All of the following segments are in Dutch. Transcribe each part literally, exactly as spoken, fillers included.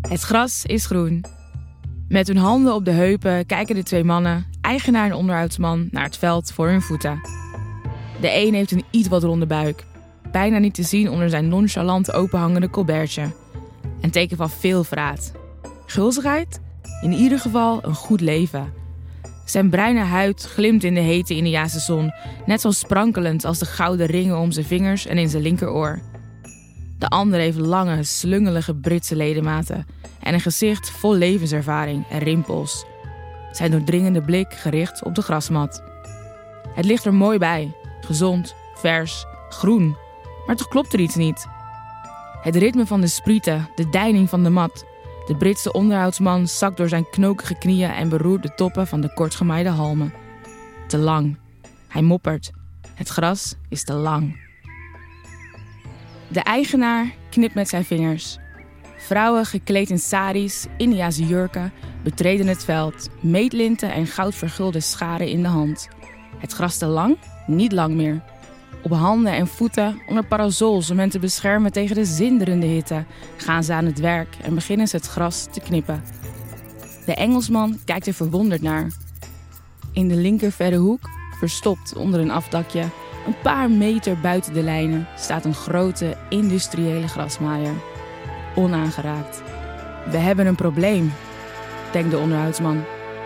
Het gras is groen. Met hun handen op de heupen kijken de twee mannen, eigenaar en onderhoudsman, naar het veld voor hun voeten. De een heeft een iets wat ronde buik, bijna niet te zien onder zijn nonchalant openhangende colbertje. Een teken van veel verraad. Gulzigheid? In ieder geval een goed leven. Zijn bruine huid glimt in de hete Indiase zon, net zo sprankelend als de gouden ringen om zijn vingers en in zijn linkeroor. De ander heeft lange, slungelige Britse ledematen en een gezicht vol levenservaring en rimpels. Zijn doordringende blik gericht op de grasmat. Het ligt er mooi bij, gezond, vers, groen, maar toch klopt er iets niet. Het ritme van de sprieten, de deining van de mat. De Britse onderhoudsman zakt door zijn knokige knieën en beroert de toppen van de kortgemaaide halmen. Te lang. Hij moppert. Het gras is te lang. De eigenaar knipt met zijn vingers. Vrouwen gekleed in saris, Indiase jurken, betreden het veld, meetlinten en goudvergulde scharen in de hand. Het gras te lang? Niet lang meer. Op handen en voeten, onder parasols om hen te beschermen tegen de zinderende hitte, gaan ze aan het werk en beginnen ze het gras te knippen. De Engelsman kijkt er verwonderd naar. In de linker verre hoek, verstopt onder een afdakje, een paar meter buiten de lijnen, staat een grote industriële grasmaaier. Onaangeraakt. We hebben een probleem, denkt de onderhoudsman.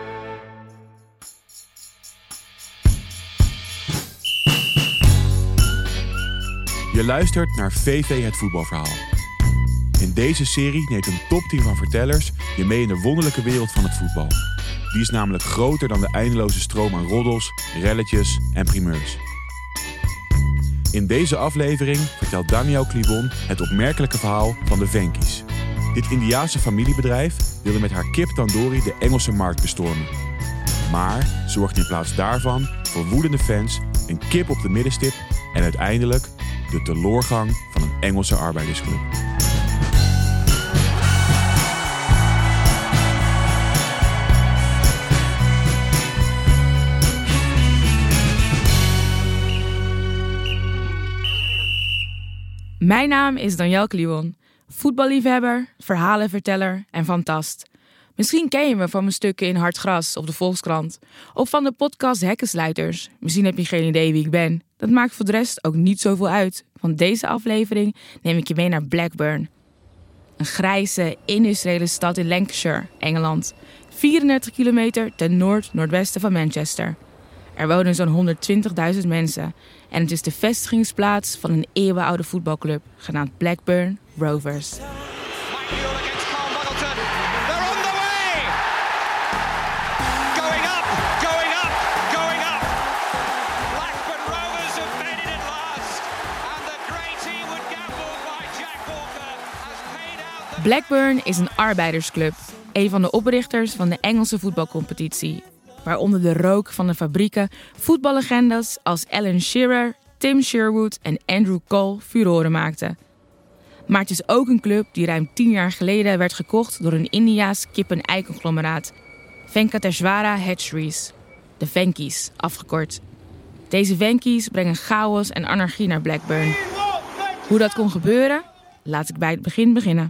Je luistert naar V V het voetbalverhaal. In deze serie neemt een topteam van vertellers je mee in de wonderlijke wereld van het voetbal. Die is namelijk groter dan de eindeloze stroom aan roddels, relletjes en primeurs. In deze aflevering vertelt Daniel Kliwon het opmerkelijke verhaal van de Venky's. Dit Indiase familiebedrijf wilde met haar kip tandoori de Engelse markt bestormen. Maar zorgde in plaats daarvan voor woedende fans, een kip op de middenstip en uiteindelijk de teloorgang van een Engelse arbeidersclub. Mijn naam is Daniel Kliwon, voetballiefhebber, verhalenverteller en fantast. Misschien ken je me van mijn stukken in Hard Gras op de Volkskrant of van de podcast Hekkensluiters. Misschien heb je geen idee wie ik ben. Dat maakt voor de rest ook niet zoveel uit. Van deze aflevering neem ik je mee naar Blackburn. Een grijze, industriële stad in Lancashire, Engeland. vierendertig kilometer ten noord-noordwesten van Manchester. Er wonen zo'n honderdtwintigduizend mensen en het is de vestigingsplaats van een eeuwenoude voetbalclub genaamd Blackburn Rovers. Blackburn is een arbeidersclub, een van de oprichters van de Engelse voetbalcompetitie, waaronder de rook van de fabrieken voetballegendes als Alan Shearer, Tim Sherwood en Andrew Cole furoren maakten. Maar het is ook een club die ruim tien jaar geleden werd gekocht door een Indiaas kip-en-ei-conglomeraat, Venkateshwara Hatcheries, de Venky's afgekort. Deze Venky's brengen chaos en anarchie naar Blackburn. Hoe dat kon gebeuren? Laat ik bij het begin beginnen.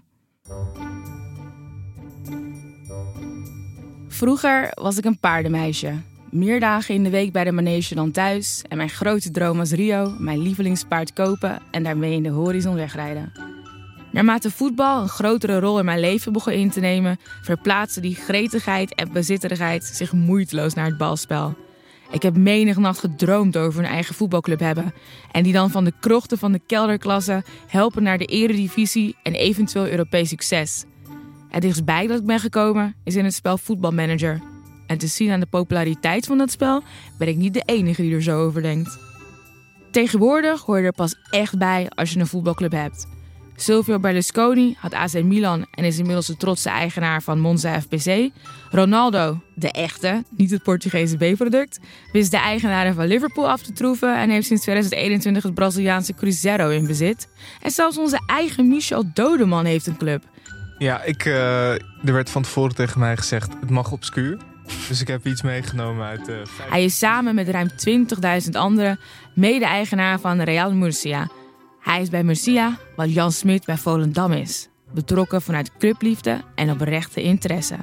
Vroeger was ik een paardenmeisje. Meer dagen in de week bij de manege dan thuis. En mijn grote droom was Rio, mijn lievelingspaard kopen en daarmee in de horizon wegrijden. Naarmate voetbal een grotere rol in mijn leven begon in te nemen, verplaatste die gretigheid en bezitterigheid zich moeiteloos naar het balspel. Ik heb menig nacht gedroomd over een eigen voetbalclub hebben. En die dan van de krochten van de kelderklasse helpen naar de eredivisie en eventueel Europees succes. Het dichtstbij dat ik ben gekomen is in het spel Voetbalmanager. En te zien aan de populariteit van dat spel ben ik niet de enige die er zo over denkt. Tegenwoordig hoor je er pas echt bij als je een voetbalclub hebt. Silvio Berlusconi had A C Milan en is inmiddels de trotse eigenaar van Monza F P C. Ronaldo, de echte, niet het Portugese B-product, wist de eigenaren van Liverpool af te troeven en heeft sinds twintig eenentwintig het Braziliaanse Cruzeiro in bezit. En zelfs onze eigen Michel Dodeman heeft een club. Ja, ik, uh, er werd van tevoren tegen mij gezegd, het mag obscuur. Dus ik heb iets meegenomen uit de... Uh, Hij is samen met ruim twintigduizend anderen mede-eigenaar van Real Murcia. Hij is bij Murcia wat Jan Smit bij Volendam is. betrokken vanuit clubliefde en oprechte interesse.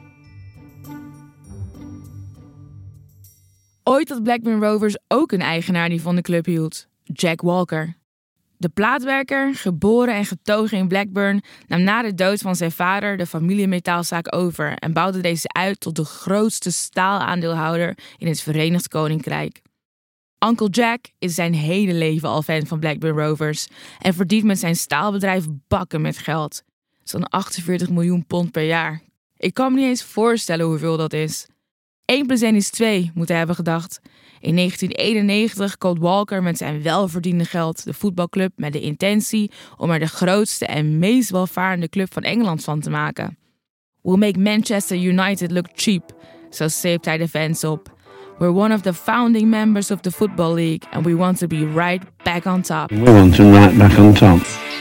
Ooit had Blackburn Rovers ook een eigenaar die van de club hield, Jack Walker. De plaatwerker, geboren en getogen in Blackburn, nam na de dood van zijn vader de familiemetaalzaak over en bouwde deze uit tot de grootste staalaandeelhouder in het Verenigd Koninkrijk. Uncle Jack is zijn hele leven al fan van Blackburn Rovers en verdient met zijn staalbedrijf bakken met geld. Zo'n achtenveertig miljoen pond per jaar. Ik kan me niet eens voorstellen hoeveel dat is. één plus één is twee, moet hij hebben gedacht. In negentien eenennegentig koopt Walker met zijn welverdiende geld de voetbalclub met de intentie om er de grootste en meest welvarende club van Engeland van te maken. We'll make Manchester United look cheap, zo sleept hij de fans op. We're one of the founding members of the Football League and we want to be right back on top. We want to right back on top.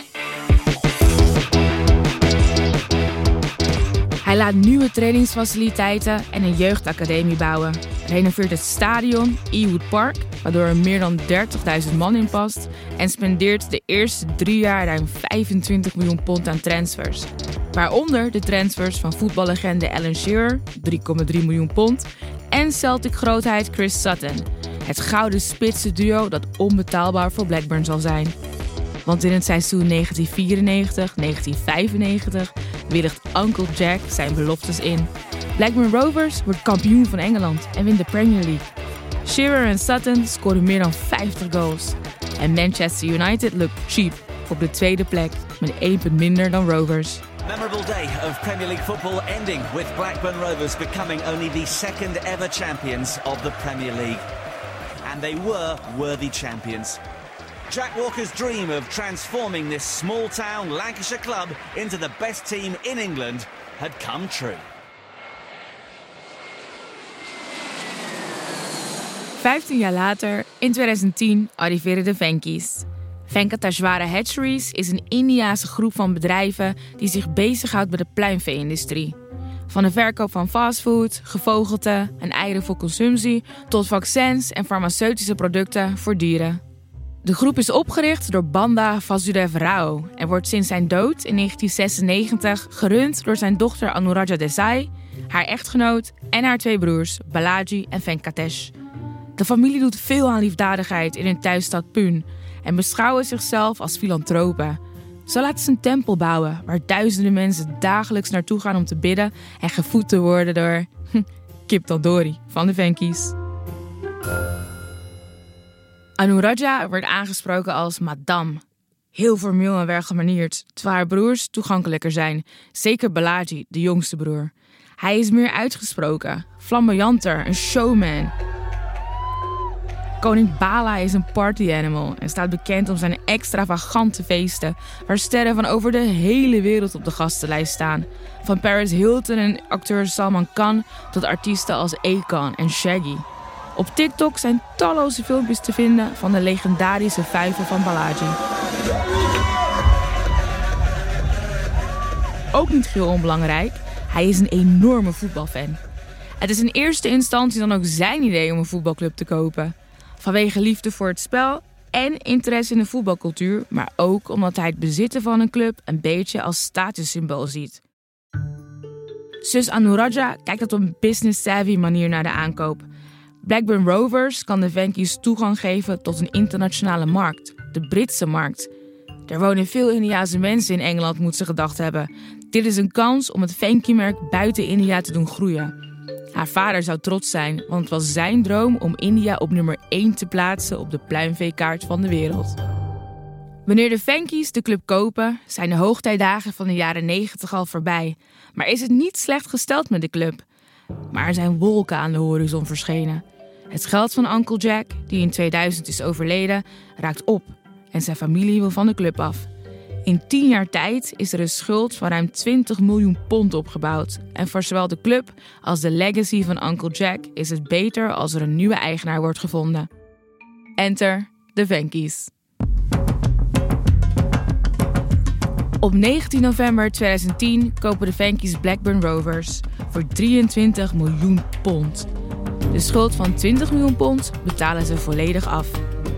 Hij laat nieuwe trainingsfaciliteiten en een jeugdacademie bouwen, renoveert het stadion Ewood Park, waardoor er meer dan dertigduizend man in past, en spendeert de eerste drie jaar ruim vijfentwintig miljoen pond aan transfers. Waaronder de transfers van voetballegende Alan Shearer, drie komma drie miljoen pond, en Celtic-grootheid Chris Sutton, het gouden spitse duo dat onbetaalbaar voor Blackburn zal zijn. Want in het seizoen negentien vierennegentig negentien vijfennegentig willigt Uncle Jack zijn beloftes in. Blackburn Rovers wordt kampioen van Engeland en wint de Premier League. Shearer en Sutton scoren meer dan vijftig goals. En Manchester United lukt cheap op de tweede plek met één punt minder dan Rovers. Memorable day of Premier League football ending with Blackburn Rovers becoming only the second ever champions of the Premier League. And they were worthy champions. Jack Walker's dream of transforming this small-town Lancashire club into the best team in England had come true. Vijftien jaar later, in tweeduizend tien, arriveren de Venky's. Venkateshwara Hatcheries is een Indiase groep van bedrijven die zich bezighoudt met de pluimvee-industrie. Van de verkoop van fastfood, gevogelte en eieren voor consumptie tot vaccins en farmaceutische producten voor dieren. De groep is opgericht door Banda Vasudev Rao en wordt sinds zijn dood in negentien zesennegentig gerund door zijn dochter Anuradha Desai, haar echtgenoot en haar twee broers Balaji en Venkatesh. De familie doet veel aan liefdadigheid in hun thuisstad Pune en beschouwen zichzelf als filantropen. Zo laten ze een tempel bouwen waar duizenden mensen dagelijks naartoe gaan om te bidden en gevoed te worden door Kip Tandoori van de Venky's. Anuradha werd aangesproken als madame. Heel formeel en welgemanierd, terwijl haar broers toegankelijker zijn. Zeker Balaji, de jongste broer. Hij is meer uitgesproken, flamboyanter, een showman. Koning Bala is een party animal en staat bekend om zijn extravagante feesten, waar sterren van over de hele wereld op de gastenlijst staan. Van Paris Hilton en acteur Salman Khan tot artiesten als Akon en Shaggy. Op TikTok zijn talloze filmpjes te vinden van de legendarische vijver van Balaji. Ook niet heel onbelangrijk, hij is een enorme voetbalfan. Het is in eerste instantie dan ook zijn idee om een voetbalclub te kopen. Vanwege liefde voor het spel en interesse in de voetbalcultuur, maar ook omdat hij het bezitten van een club een beetje als statussymbool ziet. Zus Anuradha kijkt op een business-savvy manier naar de aankoop. Blackburn Rovers kan de Venky's toegang geven tot een internationale markt, de Britse markt. Er wonen veel Indiase mensen in Engeland, moet ze gedacht hebben. Dit is een kans om het Venky-merk buiten India te doen groeien. Haar vader zou trots zijn, want het was zijn droom om India op nummer één te plaatsen op de pluimveekaart van de wereld. Wanneer de Venky's de club kopen, zijn de hoogtijdagen van de jaren negentig al voorbij. Maar is het niet slecht gesteld met de club? Maar er zijn wolken aan de horizon verschenen. Het geld van Uncle Jack, die in tweeduizend is overleden, raakt op en zijn familie wil van de club af. In tien jaar tijd is er een schuld van ruim twintig miljoen pond opgebouwd. En voor zowel de club als de legacy van Uncle Jack is het beter als er een nieuwe eigenaar wordt gevonden. Enter de Venky's. Op negentien november tweeduizend tien kopen de Venky's Blackburn Rovers voor drieëntwintig miljoen pond. De schuld van twintig miljoen pond betalen ze volledig af.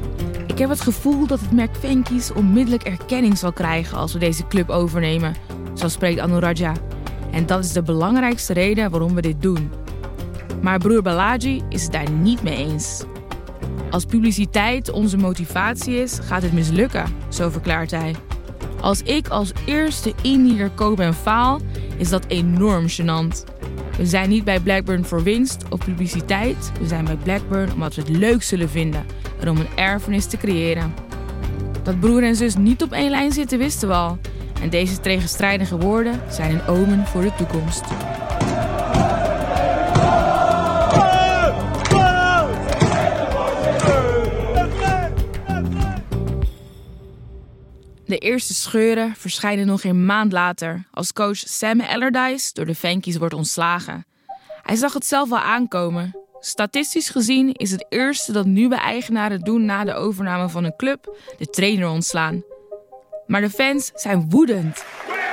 Ik heb het gevoel dat het merk Venky's onmiddellijk erkenning zal krijgen als we deze club overnemen. zo spreekt Anu Radja. En dat is de belangrijkste reden waarom we dit doen. Maar broer Balaji is het daar niet mee eens. Als publiciteit onze motivatie is, gaat het mislukken, zo verklaart hij. Als ik als eerste Indiër koop en faal, is dat enorm gênant. We zijn niet bij Blackburn voor winst of publiciteit. We zijn bij Blackburn omdat we het leuk zullen vinden en om een erfenis te creëren. Dat broer en zus niet op één lijn zitten wisten we al. En deze tegenstrijdige woorden zijn een omen voor de toekomst. De eerste scheuren verschijnen nog een maand later als coach Sam Allardyce door de Venkies wordt ontslagen. Hij zag het zelf wel aankomen. Statistisch gezien is het eerste dat nieuwe eigenaren doen na de overname van een club de trainer ontslaan. Maar de fans zijn woedend.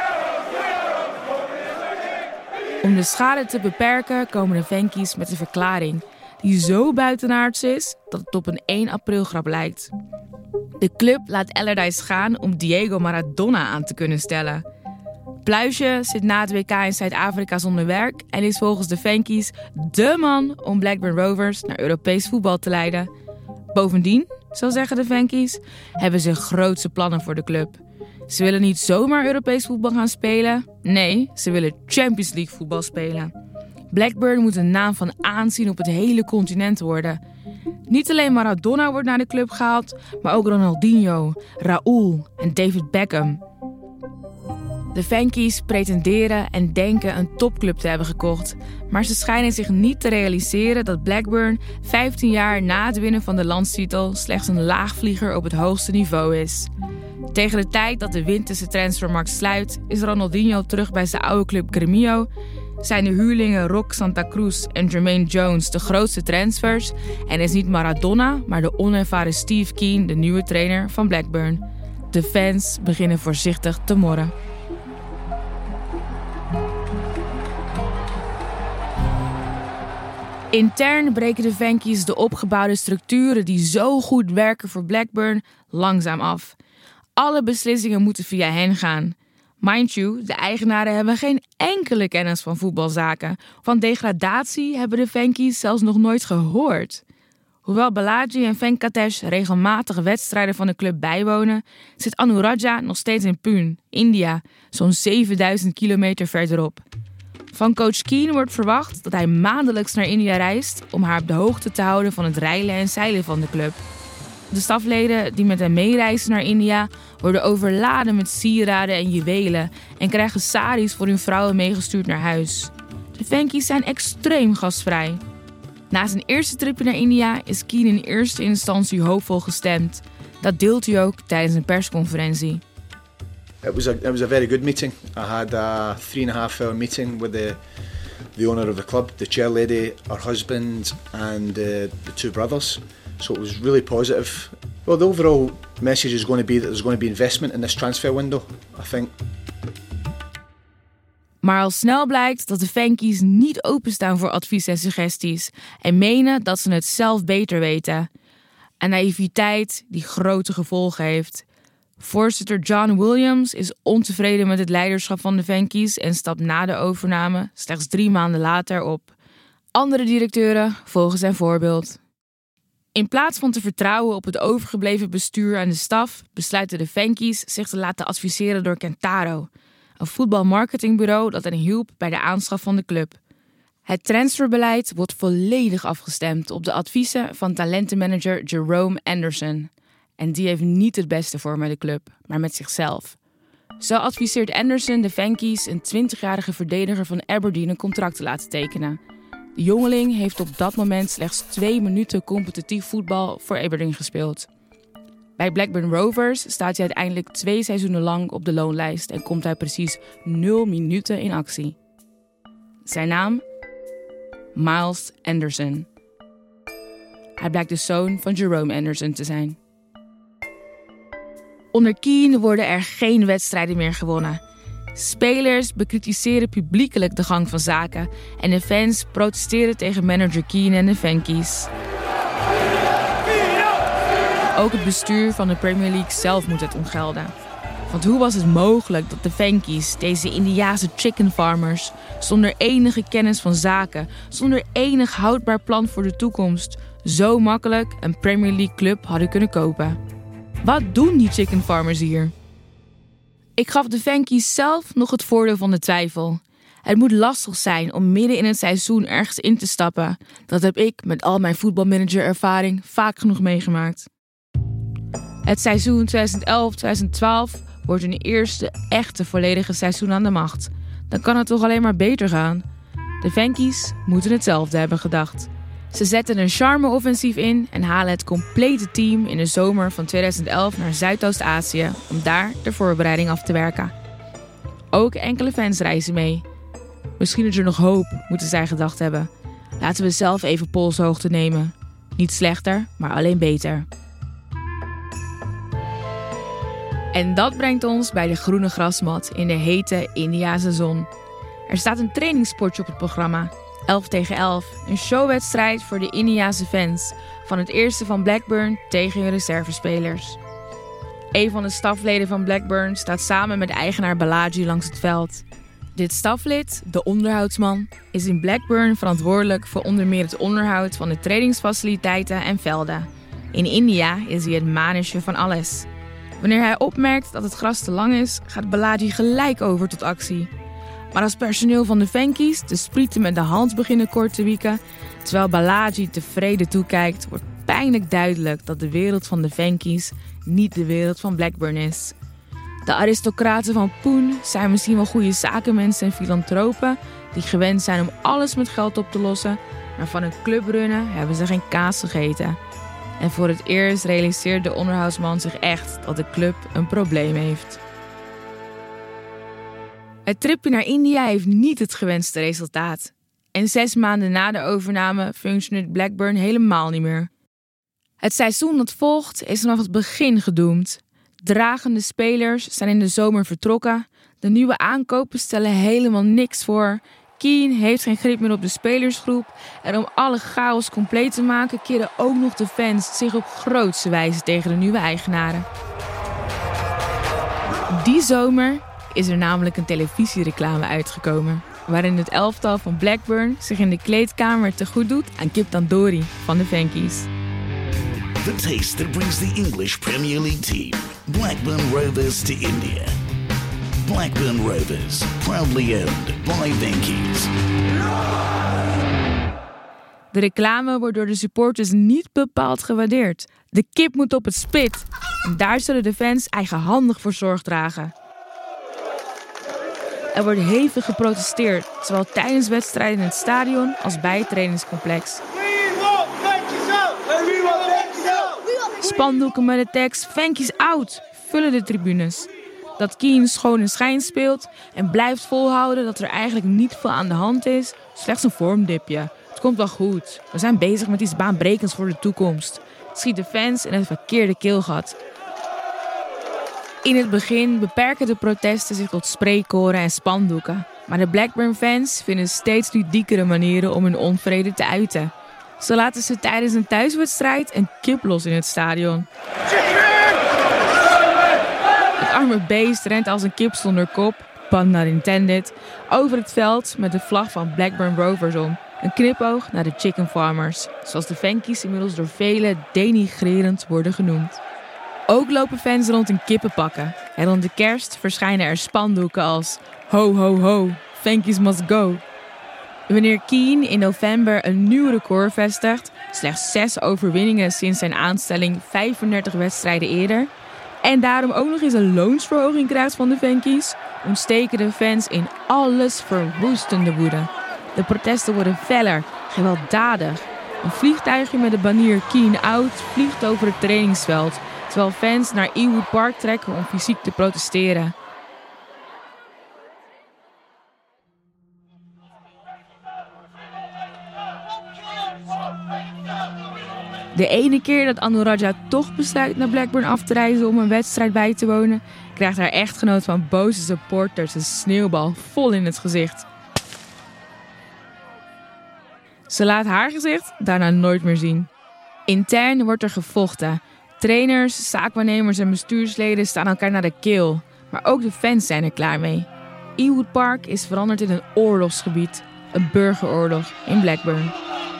Om de schade te beperken komen de Venkies met een verklaring die zo buitenaards is dat het op een één april grap lijkt. De club laat Allardyce gaan om Diego Maradona aan te kunnen stellen. Pluisje zit na het W K in Zuid-Afrika zonder werk en is volgens de Venkies dé man om Blackburn Rovers naar Europees voetbal te leiden. Bovendien, zo zeggen de Venkies, hebben ze grootse plannen voor de club. Ze willen niet zomaar Europees voetbal gaan spelen. Nee, ze willen Champions League voetbal spelen. Blackburn moet een naam van aanzien op het hele continent worden. Niet alleen Maradona wordt naar de club gehaald, maar ook Ronaldinho, Raúl en David Beckham. De Venkies pretenderen en denken een topclub te hebben gekocht, maar ze schijnen zich niet te realiseren dat Blackburn vijftien jaar na het winnen van de landstitel slechts een laagvlieger op het hoogste niveau is. Tegen de tijd dat de winterse transfermarkt sluit, is Ronaldinho terug bij zijn oude club Grêmio. Zijn de huurlingen Roque Santa Cruz en Jermaine Jones de grootste transfers en is niet Maradona, maar de onervaren Steve Keane de nieuwe trainer van Blackburn. De fans beginnen voorzichtig te morren. Intern breken de Venkies de opgebouwde structuren die zo goed werken voor Blackburn langzaam af. Alle beslissingen moeten via hen gaan. Mind you, de eigenaren hebben geen enkele kennis van voetbalzaken. Van degradatie hebben de Venkies zelfs nog nooit gehoord. Hoewel Balaji en Venkatesh regelmatig wedstrijden van de club bijwonen, zit Anu Radja nog steeds in Pune, India, zo'n zevenduizend kilometer verderop. Van coach Keane wordt verwacht dat hij maandelijks naar India reist om haar op de hoogte te houden van het reilen en zeilen van de club. De stafleden die met hem meereizen naar India worden overladen met sieraden en juwelen en krijgen saris voor hun vrouwen meegestuurd naar huis. De Venkies zijn extreem gastvrij. Na zijn eerste tripje naar India is Keane in eerste instantie hoopvol gestemd. Dat deelt hij ook tijdens een persconferentie. It was a it was a very good meeting. I had a three and a half hour meeting with the the owner of the club, the chair lady, her husband, and uh, the two brothers. So it was really positive. Well, the overall message is going to be that there's going to be investment in this transfer window, I think. Maar al snel blijkt dat de Venkies niet openstaan voor advies en suggesties en menen dat ze het zelf beter weten. Een naïviteit die grote gevolgen heeft. Voorzitter John Williams is ontevreden met het leiderschap van de Venkies en stapt na de overname slechts drie maanden later op. Andere directeuren volgen zijn voorbeeld. In plaats van te vertrouwen op het overgebleven bestuur en de staf, besluiten de Venkies zich te laten adviseren door Kentaro, een voetbalmarketingbureau dat hen hielp bij de aanschaf van de club. Het transferbeleid wordt volledig afgestemd op de adviezen van talentenmanager Jerome Anderson. En die heeft niet het beste voor met de club, maar met zichzelf. Zo adviseert Anderson de Venkies een twintigjarige verdediger van Aberdeen een contract te laten tekenen. De jongeling heeft op dat moment slechts twee minuten competitief voetbal voor Aberdeen gespeeld. Bij Blackburn Rovers staat hij uiteindelijk twee seizoenen lang op de loonlijst en komt hij precies nul minuten in actie. Zijn naam? Miles Anderson. Hij blijkt de zoon van Jerome Anderson te zijn. Onder Keane worden er geen wedstrijden meer gewonnen. Spelers bekritiseren publiekelijk de gang van zaken en de fans protesteren tegen manager Keane en de Venkies. Ook het bestuur van de Premier League zelf moet het ontgelden. Want hoe was het mogelijk dat de Venky's, deze Indiase chicken farmers, zonder enige kennis van zaken, zonder enig houdbaar plan voor de toekomst, zo makkelijk een Premier League club hadden kunnen kopen? Wat doen die chicken farmers hier? Ik gaf de Venky's zelf nog het voordeel van de twijfel. Het moet lastig zijn om midden in het seizoen ergens in te stappen. Dat heb ik met al mijn voetbalmanager-ervaring vaak genoeg meegemaakt. Het seizoen twintig elf twintig twaalf wordt hun eerste echte volledige seizoen aan de macht. Dan kan het toch alleen maar beter gaan. De Venky's moeten hetzelfde hebben gedacht. Ze zetten een charme-offensief in en halen het complete team in de zomer van twintig elf naar Zuidoost-Azië om daar de voorbereiding af te werken. Ook enkele fans reizen mee. Misschien is er nog hoop, moeten zij gedacht hebben. Laten we zelf even polshoogte nemen. Niet slechter, maar alleen beter. En dat brengt ons bij de groene grasmat in de hete Indiase zon. Er staat een trainingspotje op het programma. elf tegen elf, een showwedstrijd voor de Indiase fans. Van het eerste van Blackburn tegen hun reservespelers. Een van de stafleden van Blackburn staat samen met eigenaar Balaji langs het veld. Dit staflid, de onderhoudsman, is in Blackburn verantwoordelijk voor onder meer het onderhoud van de trainingsfaciliteiten en velden. In India is hij het manetje van alles. Wanneer hij opmerkt dat het gras te lang is, gaat Balaji gelijk over tot actie. Maar als personeel van de Venky's de sprieten met de hand beginnen kort te wieken, terwijl Balaji tevreden toekijkt, wordt pijnlijk duidelijk dat de wereld van de Venky's niet de wereld van Blackburn is. De aristocraten van Poon zijn misschien wel goede zakenmensen en filantropen die gewend zijn om alles met geld op te lossen, maar van een club runnen hebben ze geen kaas gegeten. En voor het eerst realiseert de onderhoudsman zich echt dat de club een probleem heeft. Het tripje naar India heeft niet het gewenste resultaat. En zes maanden na de overname functioneert Blackburn helemaal niet meer. Het seizoen dat volgt is vanaf het begin gedoemd. Dragende spelers zijn in de zomer vertrokken. De nieuwe aankopen stellen helemaal niks voor. Keane heeft geen grip meer op de spelersgroep. En om alle chaos compleet te maken keren ook nog de fans zich op grootste wijze tegen de nieuwe eigenaren. Die zomer is er namelijk een televisiereclame uitgekomen, waarin het elftal van Blackburn zich in de kleedkamer te goed doet aan kip tandoori van de Venky's. The taste that brings the English Premier League team, Blackburn Rovers to India. Blackburn Rovers, proudly owned by Venky's. De reclame wordt door de supporters niet bepaald gewaardeerd. De kip moet op het spit. En daar zullen de fans eigenhandig voor zorg dragen. Er wordt hevig geprotesteerd, zowel tijdens wedstrijden in het stadion als bij het trainingscomplex. Spandoeken met de tekst "Venky's out" vullen de tribunes. Dat Keane schoon en schijn speelt en blijft volhouden dat er eigenlijk niet veel aan de hand is, slechts een vormdipje. Het komt wel goed. We zijn bezig met iets baanbrekends voor de toekomst. Schiet de fans in het verkeerde keelgat. In het begin beperken de protesten zich tot spreekkoren en spandoeken. Maar de Blackburn-fans vinden steeds ludiekere manieren om hun onvrede te uiten. Zo laten ze tijdens een thuiswedstrijd een kip los in het stadion. Het arme beest rent als een kip zonder kop, pun not intended, over het veld met de vlag van Blackburn Rovers om. Een knipoog naar de chicken farmers, zoals de Venky's inmiddels door velen denigrerend worden genoemd. Ook lopen fans rond in kippenpakken. En rond de kerst verschijnen er spandoeken als "Ho, ho, ho, Venky's must go." Wanneer Keane in november een nieuw record vestigt, slechts zes overwinningen sinds zijn aanstelling vijfendertig wedstrijden eerder, en daarom ook nog eens een loonsverhoging krijgt van de Venky's, ontsteken de fans in alles verwoestende woede. De protesten worden feller, gewelddadig. Een vliegtuigje met de banier Keane out vliegt over het trainingsveld, terwijl fans naar Ewood Park trekken om fysiek te protesteren. De ene keer dat Anuradha toch besluit naar Blackburn af te reizen om een wedstrijd bij te wonen, krijgt haar echtgenoot van boze supporters een sneeuwbal vol in het gezicht. Ze laat haar gezicht daarna nooit meer zien. Intern wordt er gevochten. Trainers, zaakwaarnemers en bestuursleden staan elkaar naar de keel. Maar ook de fans zijn er klaar mee. Ewood Park is veranderd in een oorlogsgebied. Een burgeroorlog in Blackburn.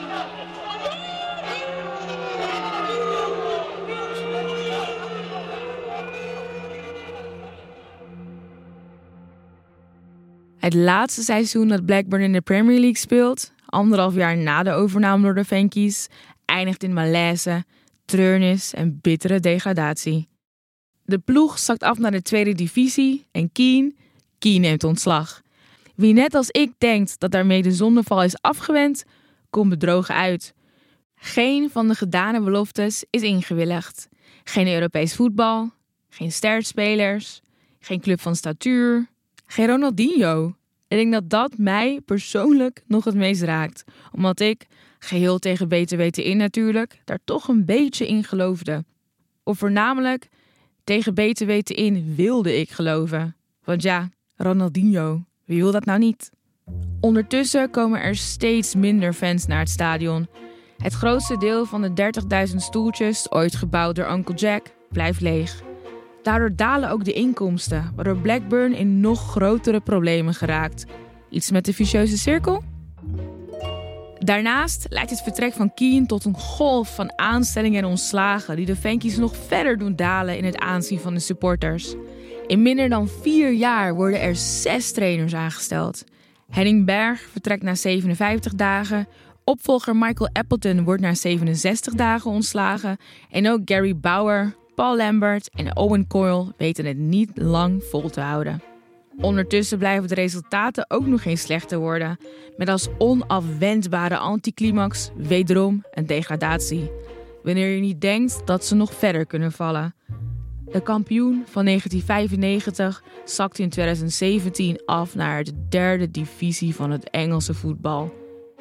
Het laatste seizoen dat Blackburn in de Premier League speelt, anderhalf jaar na de overname door de Venkies, eindigt in malaise, treurnis en bittere degradatie. De ploeg zakt af naar de tweede divisie en Keane, Keane neemt ontslag. Wie net als ik denkt dat daarmee de zondeval is afgewend, komt bedrogen uit. Geen van de gedane beloftes is ingewilligd. Geen Europees voetbal, geen sterspelers, geen club van statuur, geen Ronaldinho. Ik denk dat dat mij persoonlijk nog het meest raakt. Omdat ik, geheel tegen beter weten in natuurlijk, daar toch een beetje in geloofde. Of voornamelijk, tegen beter weten in wilde ik geloven. Want ja, Ronaldinho, wie wil dat nou niet? Ondertussen komen er steeds minder fans naar het stadion. Het grootste deel van de dertigduizend stoeltjes, ooit gebouwd door Uncle Jack, blijft leeg. Daardoor dalen ook de inkomsten, waardoor Blackburn in nog grotere problemen geraakt. Iets met de vicieuze cirkel? Daarnaast leidt het vertrek van Keane tot een golf van aanstellingen en ontslagen die de Venkies nog verder doen dalen in het aanzien van de supporters. In minder dan vier jaar worden er zes trainers aangesteld. Henning Berg vertrekt na zevenenvijftig dagen, opvolger Michael Appleton wordt na zevenenzestig dagen ontslagen en ook Gary Bauer, Paul Lambert en Owen Coyle weten het niet lang vol te houden. Ondertussen blijven de resultaten ook nog geen slechter worden, met als onafwendbare anticlimax wederom een degradatie. Wanneer je niet denkt dat ze nog verder kunnen vallen. De kampioen van negentien vijfennegentig zakt in twintig zeventien af naar de derde divisie van het Engelse voetbal.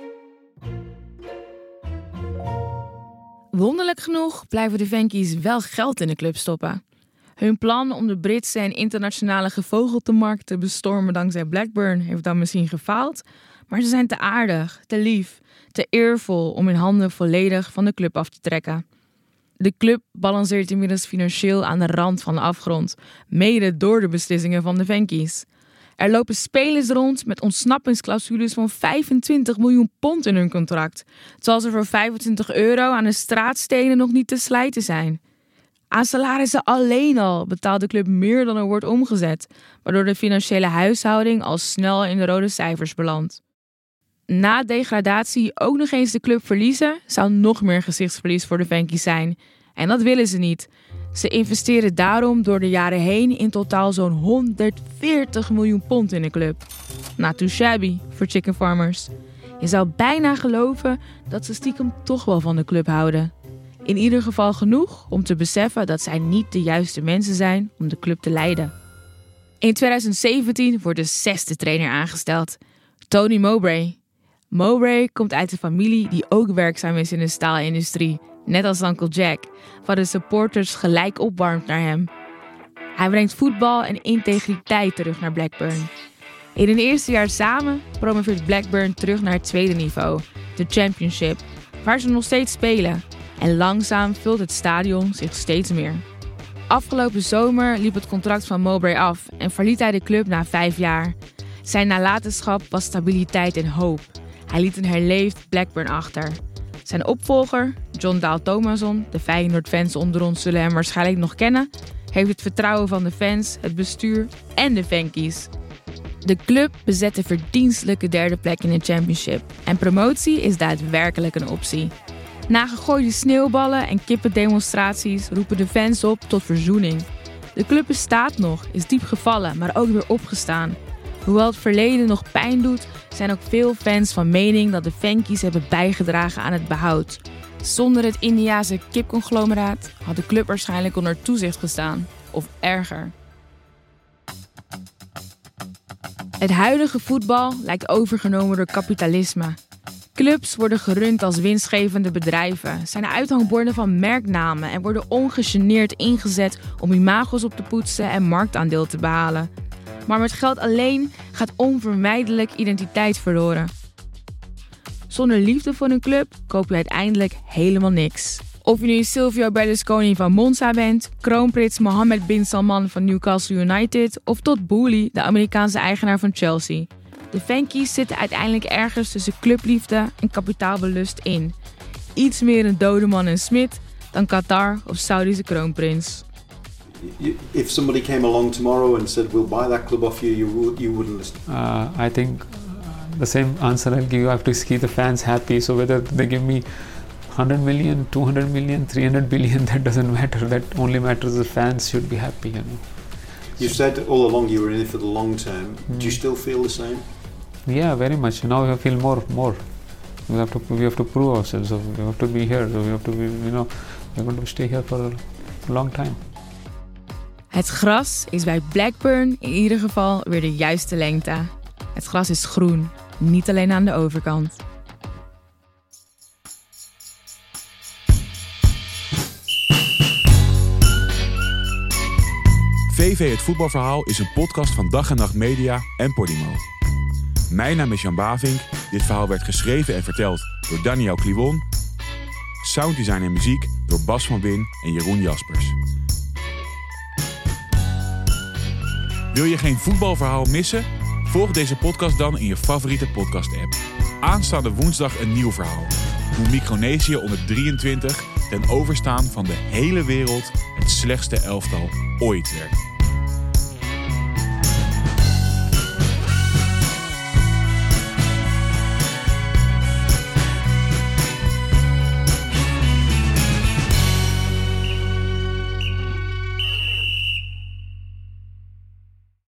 Wonderlijk genoeg blijven de Venkies wel geld in de club stoppen. Hun plan om de Britse en internationale gevogeltemarkt te bestormen dankzij Blackburn heeft dan misschien gefaald, maar ze zijn te aardig, te lief, te eervol om hun handen volledig van de club af te trekken. De club balanceert inmiddels financieel aan de rand van de afgrond, mede door de beslissingen van de Venkies. Er lopen spelers rond met ontsnappingsclausules van vijfentwintig miljoen pond in hun contract, terwijl ze voor vijfentwintig euro aan de straatstenen nog niet te slijten zijn. Aan salarissen alleen al betaalt de club meer dan er wordt omgezet, waardoor de financiële huishouding al snel in de rode cijfers belandt. Na degradatie ook nog eens de club verliezen zou nog meer gezichtsverlies voor de Venkies zijn. En dat willen ze niet. Ze investeren daarom door de jaren heen in totaal zo'n honderdveertig miljoen pond in de club. Not too shabby voor chicken farmers. Je zou bijna geloven dat ze stiekem toch wel van de club houden. In ieder geval genoeg om te beseffen dat zij niet de juiste mensen zijn om de club te leiden. In twintig zeventien wordt de zesde trainer aangesteld. Tony Mowbray. Mowbray komt uit een familie die ook werkzaam is in de staalindustrie, net als Uncle Jack, wat de supporters gelijk opwarmt naar hem. Hij brengt voetbal en integriteit terug naar Blackburn. In hun eerste jaar samen promoveert Blackburn terug naar het tweede niveau, de Championship, waar ze nog steeds spelen. En langzaam vult het stadion zich steeds meer. Afgelopen zomer liep het contract van Mowbray af en verliet hij de club na vijf jaar. Zijn nalatenschap was stabiliteit en hoop. Hij liet een herleefd Blackburn achter. Zijn opvolger, John Dahl Tomasson, de Feyenoord-fans onder ons zullen hem waarschijnlijk nog kennen, heeft het vertrouwen van de fans, het bestuur en de Venkies. De club bezet de verdienstelijke derde plek in de Championship en promotie is daadwerkelijk een optie. Na gegooide sneeuwballen en kippendemonstraties roepen de fans op tot verzoening. De club bestaat nog, is diep gevallen, maar ook weer opgestaan. Hoewel het verleden nog pijn doet, zijn ook veel fans van mening dat de Venkies hebben bijgedragen aan het behoud. Zonder het Indiase kipconglomeraat had de club waarschijnlijk onder toezicht gestaan. Of erger. Het huidige voetbal lijkt overgenomen door kapitalisme. Clubs worden gerund als winstgevende bedrijven, zijn uithangborden van merknamen en worden ongegeneerd ingezet om imago's op te poetsen en marktaandeel te behalen. Maar met geld alleen gaat onvermijdelijk identiteit verloren. Zonder liefde voor een club koop je uiteindelijk helemaal niks. Of je nu Silvio Berlusconi van Monza bent, kroonprins Mohammed bin Salman van Newcastle United of Todd Boehly, de Amerikaanse eigenaar van Chelsea. De Venky's zitten uiteindelijk ergens tussen clubliefde en kapitaalbelust in. Iets meer een Dodeman en Smit dan Qatar of Saudische kroonprins. If somebody came along tomorrow and said we'll buy that club off you, you, would, you wouldn't listen? Uh, I think the same answer I'll give you. I have to keep the fans happy. So whether they give me one hundred million, two hundred million, three hundred billion, that doesn't matter. That only matters the fans should be happy. You know. You've said all along you were in it for the long term. Mm. Do you still feel the same? Yeah, very much. Now I feel more, more. We have to, we have to prove ourselves. So we have to be here. So we have to be, you know, we're going to stay here for a long time. Het gras is bij Blackburn in ieder geval weer de juiste lengte. Het gras is groen, niet alleen aan de overkant. V V Het Voetbalverhaal is een podcast van Dag en Nacht Media en Podimo. Mijn naam is Jan Bavink. Dit verhaal werd geschreven en verteld door Daniel Kliwon. Sounddesign en muziek door Bas van Win en Jeroen Jaspers. Wil je geen voetbalverhaal missen? Volg deze podcast dan in je favoriete podcast-app. Aanstaande woensdag een nieuw verhaal. Hoe Micronesië onder drieëntwintig ten overstaan van de hele wereld het slechtste elftal ooit werd.